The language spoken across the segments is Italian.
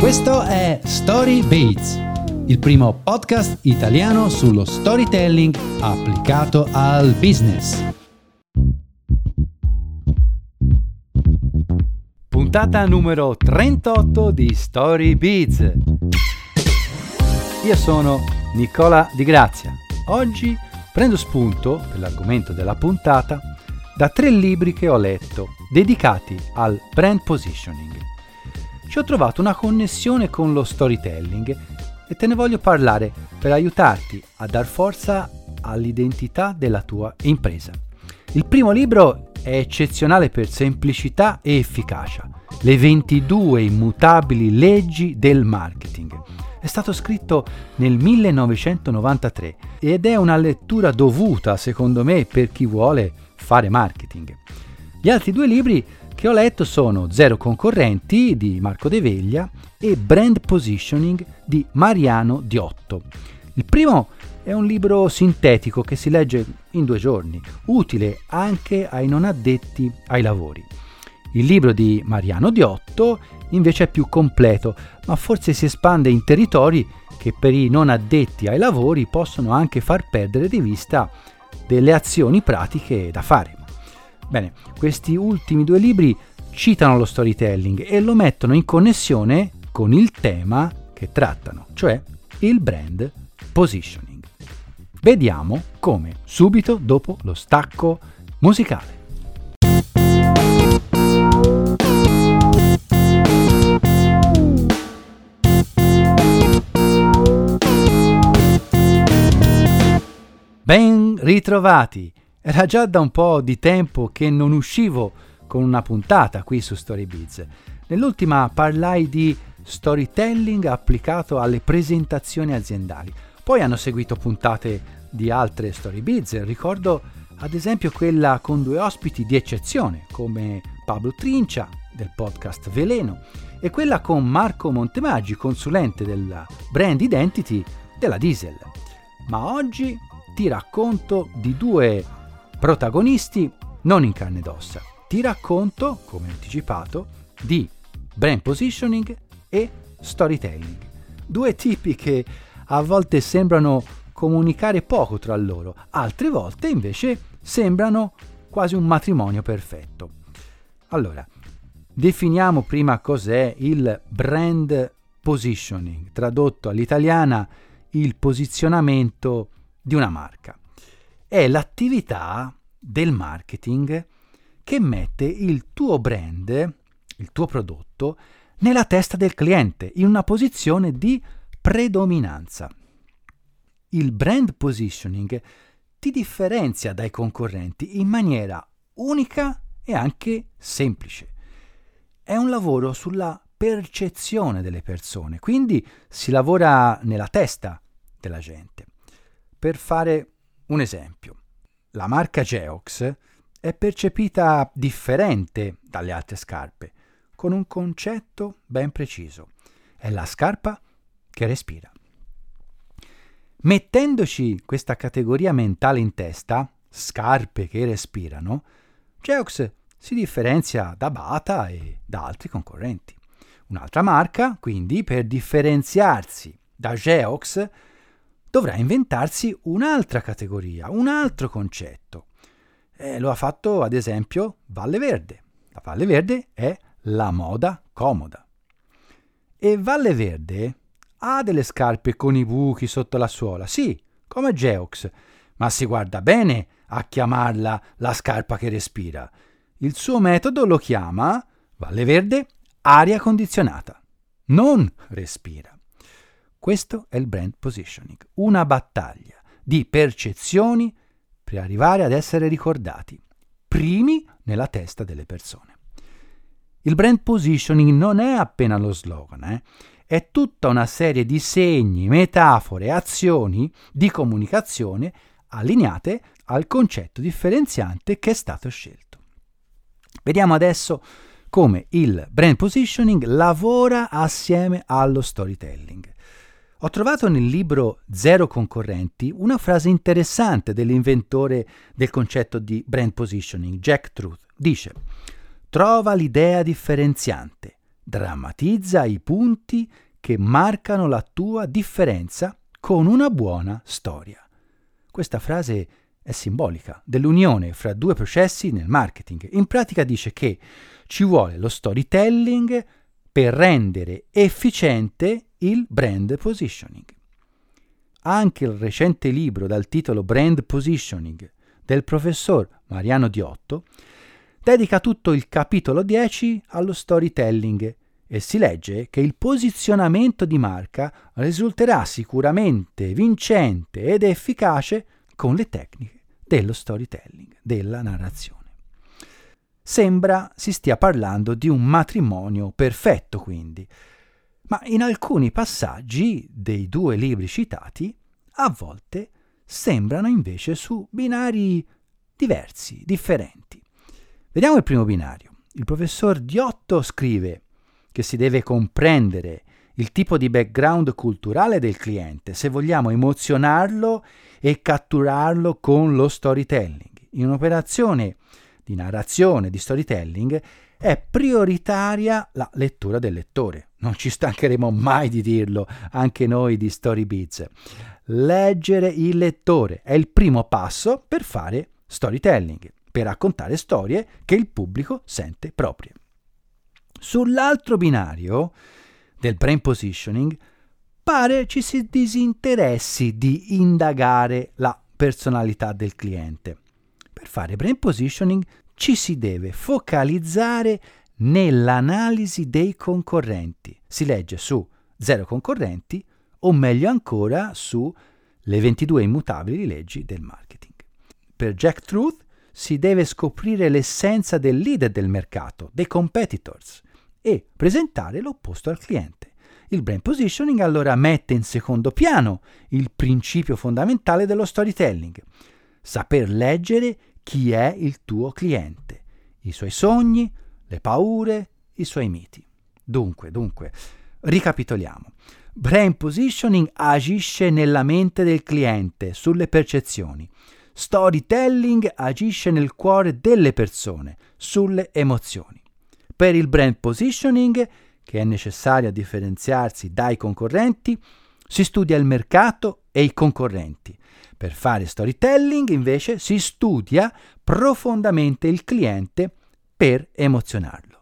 Questo è Story Beats, il primo podcast italiano sullo storytelling applicato al business. Puntata numero 38 di Story Beats. Io sono Nicola Di Grazia. Oggi prendo spunto, per l'argomento della puntata, da 3 libri che ho letto dedicati al brand positioning. Ci ho trovato una connessione con lo storytelling e te ne voglio parlare per aiutarti a dar forza all'identità della tua impresa. Il primo libro è eccezionale per semplicità e efficacia, Le 22 immutabili leggi del marketing. È stato scritto nel 1993 ed è una lettura dovuta, secondo me, per chi vuole fare marketing. Gli altri 2 libri che ho letto sono Zero concorrenti di Marco De Veglia e Brand Positioning di Mariano Diotto. Il primo è un libro sintetico che si legge in 2 giorni, utile anche ai non addetti ai lavori. Il libro di Mariano Diotto invece è più completo, ma forse si espande in territori che per i non addetti ai lavori possono anche far perdere di vista delle azioni pratiche da fare. Bene, questi ultimi 2 libri citano lo storytelling e lo mettono in connessione con il tema che trattano, cioè il brand positioning. Vediamo come subito dopo lo stacco musicale. Ben ritrovati! Era già da un po' di tempo che non uscivo con una puntata qui su StoryBiz. Nell'ultima parlai di storytelling applicato alle presentazioni aziendali. Poi hanno seguito puntate di altre StoryBiz. Ricordo ad esempio quella con 2 ospiti di eccezione come Pablo Trincia del podcast Veleno e quella con Marco Montemaggi, consulente della brand identity della Diesel. Ma oggi ti racconto di 2 protagonisti non in carne ed ossa. Ti racconto, come anticipato, di brand positioning e storytelling. 2 tipi che a volte sembrano comunicare poco tra loro, altre volte invece sembrano quasi un matrimonio perfetto. Allora, definiamo prima cos'è il brand positioning, tradotto all'italiana il posizionamento di una marca. È l'attività del marketing che mette il tuo brand, il tuo prodotto, nella testa del cliente, in una posizione di predominanza. Il brand positioning ti differenzia dai concorrenti in maniera unica e anche semplice. È un lavoro sulla percezione delle persone, quindi si lavora nella testa della gente. Per fare un esempio, la marca Geox è percepita differente dalle altre scarpe, con un concetto ben preciso. È la scarpa che respira. Mettendoci questa categoria mentale in testa, scarpe che respirano, Geox si differenzia da Bata e da altri concorrenti. Un'altra marca, quindi, per differenziarsi da Geox, dovrà inventarsi un'altra categoria, un altro concetto. Lo ha fatto ad esempio Valle Verde. La Valle Verde è la moda comoda. E Valle Verde ha delle scarpe con i buchi sotto la suola, sì, come Geox, ma si guarda bene a chiamarla la scarpa che respira. Il suo metodo lo chiama, Valle Verde, aria condizionata. Non respira. Questo è il brand positioning, una battaglia di percezioni per arrivare ad essere ricordati, primi nella testa delle persone. Il brand positioning non è appena lo slogan, è tutta una serie di segni, metafore, azioni di comunicazione allineate al concetto differenziante che è stato scelto. Vediamo adesso come il brand positioning lavora assieme allo storytelling. Ho trovato nel libro Zero concorrenti una frase interessante dell'inventore del concetto di brand positioning, Jack Truth. Dice: trova l'idea differenziante, Drammatizza i punti che marcano la tua differenza con una buona storia. Questa frase è simbolica dell'unione fra due processi nel marketing. In pratica dice che ci vuole lo storytelling per rendere efficiente il brand positioning. Anche il recente libro dal titolo Brand Positioning del professor Mariano Diotto dedica tutto il capitolo 10 allo storytelling e si legge che il posizionamento di marca risulterà sicuramente vincente ed efficace con le tecniche dello storytelling, della narrazione. Sembra si stia parlando di un matrimonio perfetto, quindi, ma in alcuni passaggi dei due libri citati a volte sembrano invece su binari diversi, differenti. Vediamo il primo binario. Il professor Diotto scrive che si deve comprendere il tipo di background culturale del cliente se vogliamo emozionarlo e catturarlo con lo storytelling. In un'operazione di narrazione, di storytelling, è prioritaria la lettura del lettore. Non ci stancheremo mai di dirlo, anche noi di StoryBiz. Leggere il lettore è il primo passo per fare storytelling, per raccontare storie che il pubblico sente proprie. Sull'altro binario del brand positioning pare ci si disinteressi di indagare la personalità del cliente. Per fare brand positioning ci si deve focalizzare nell'analisi dei concorrenti. Si legge su Zero concorrenti o meglio ancora su Le 22 immutabili leggi del marketing. Per Jack Truth si deve scoprire l'essenza del leader del mercato, dei competitors, e presentare l'opposto al cliente. Il brand positioning allora mette in secondo piano il principio fondamentale dello storytelling: saper leggere chi è il tuo cliente, i suoi sogni, le paure, i suoi miti. Dunque, ricapitoliamo. Brand positioning agisce nella mente del cliente, sulle percezioni. Storytelling agisce nel cuore delle persone, sulle emozioni. Per il brand positioning, che è necessario differenziarsi dai concorrenti, si studia il mercato e i concorrenti. Per fare storytelling, invece, si studia profondamente il cliente per emozionarlo.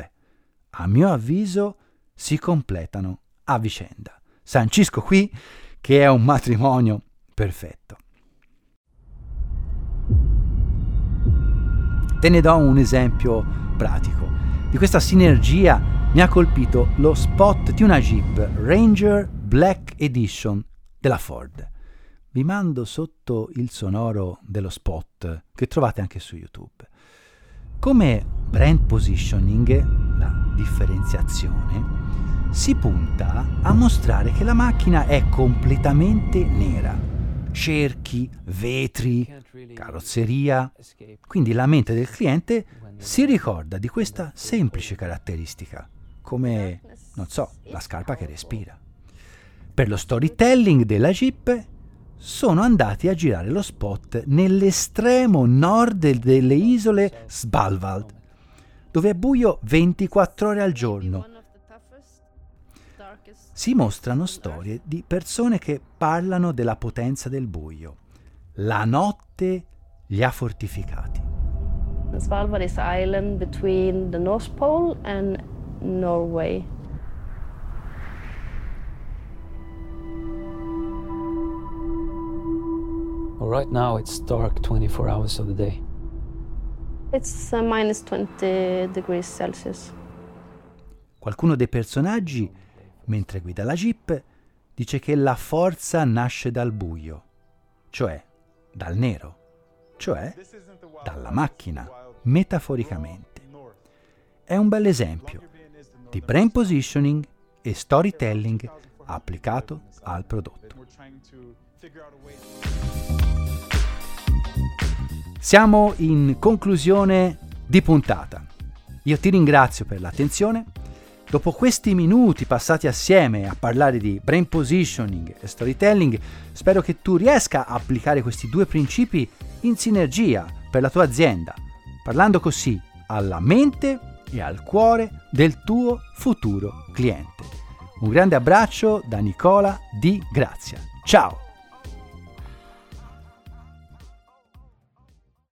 A mio avviso, si completano a vicenda. Sancisco qui che è un matrimonio perfetto. Te ne do un esempio pratico. Di questa sinergia mi ha colpito lo spot di una Jeep Ranger Black Edition della Ford. Vi mando sotto il sonoro dello spot che trovate anche su YouTube. Come brand positioning, la differenziazione, si punta a mostrare che la macchina è completamente nera. Cerchi, vetri, carrozzeria. Quindi la mente del cliente si ricorda di questa semplice caratteristica, come, non so, la scarpa che respira. Per lo storytelling della Jeep sono andati a girare lo spot nell'estremo nord delle isole Svalbard, dove è buio 24 ore al giorno. Si mostrano storie di persone che parlano della potenza del buio. La notte li ha fortificati. Svalbard is an island between the North Pole and Norway. Well, right now it's dark 24 hours of the day. It's minus 20 degrees Celsius. Qualcuno dei personaggi, mentre guida la Jeep, dice che la forza nasce dal buio, cioè dal nero, cioè dalla macchina, metaforicamente. È un bel esempio di brand positioning e storytelling applicato al prodotto. Siamo in conclusione di puntata. Io ti ringrazio per l'attenzione. Dopo questi minuti passati assieme a parlare di brand positioning e storytelling, spero che tu riesca a applicare questi due principi in sinergia per la tua azienda, parlando così alla mente e al cuore del tuo futuro cliente. Un grande abbraccio da Nicola Di Grazia. Ciao!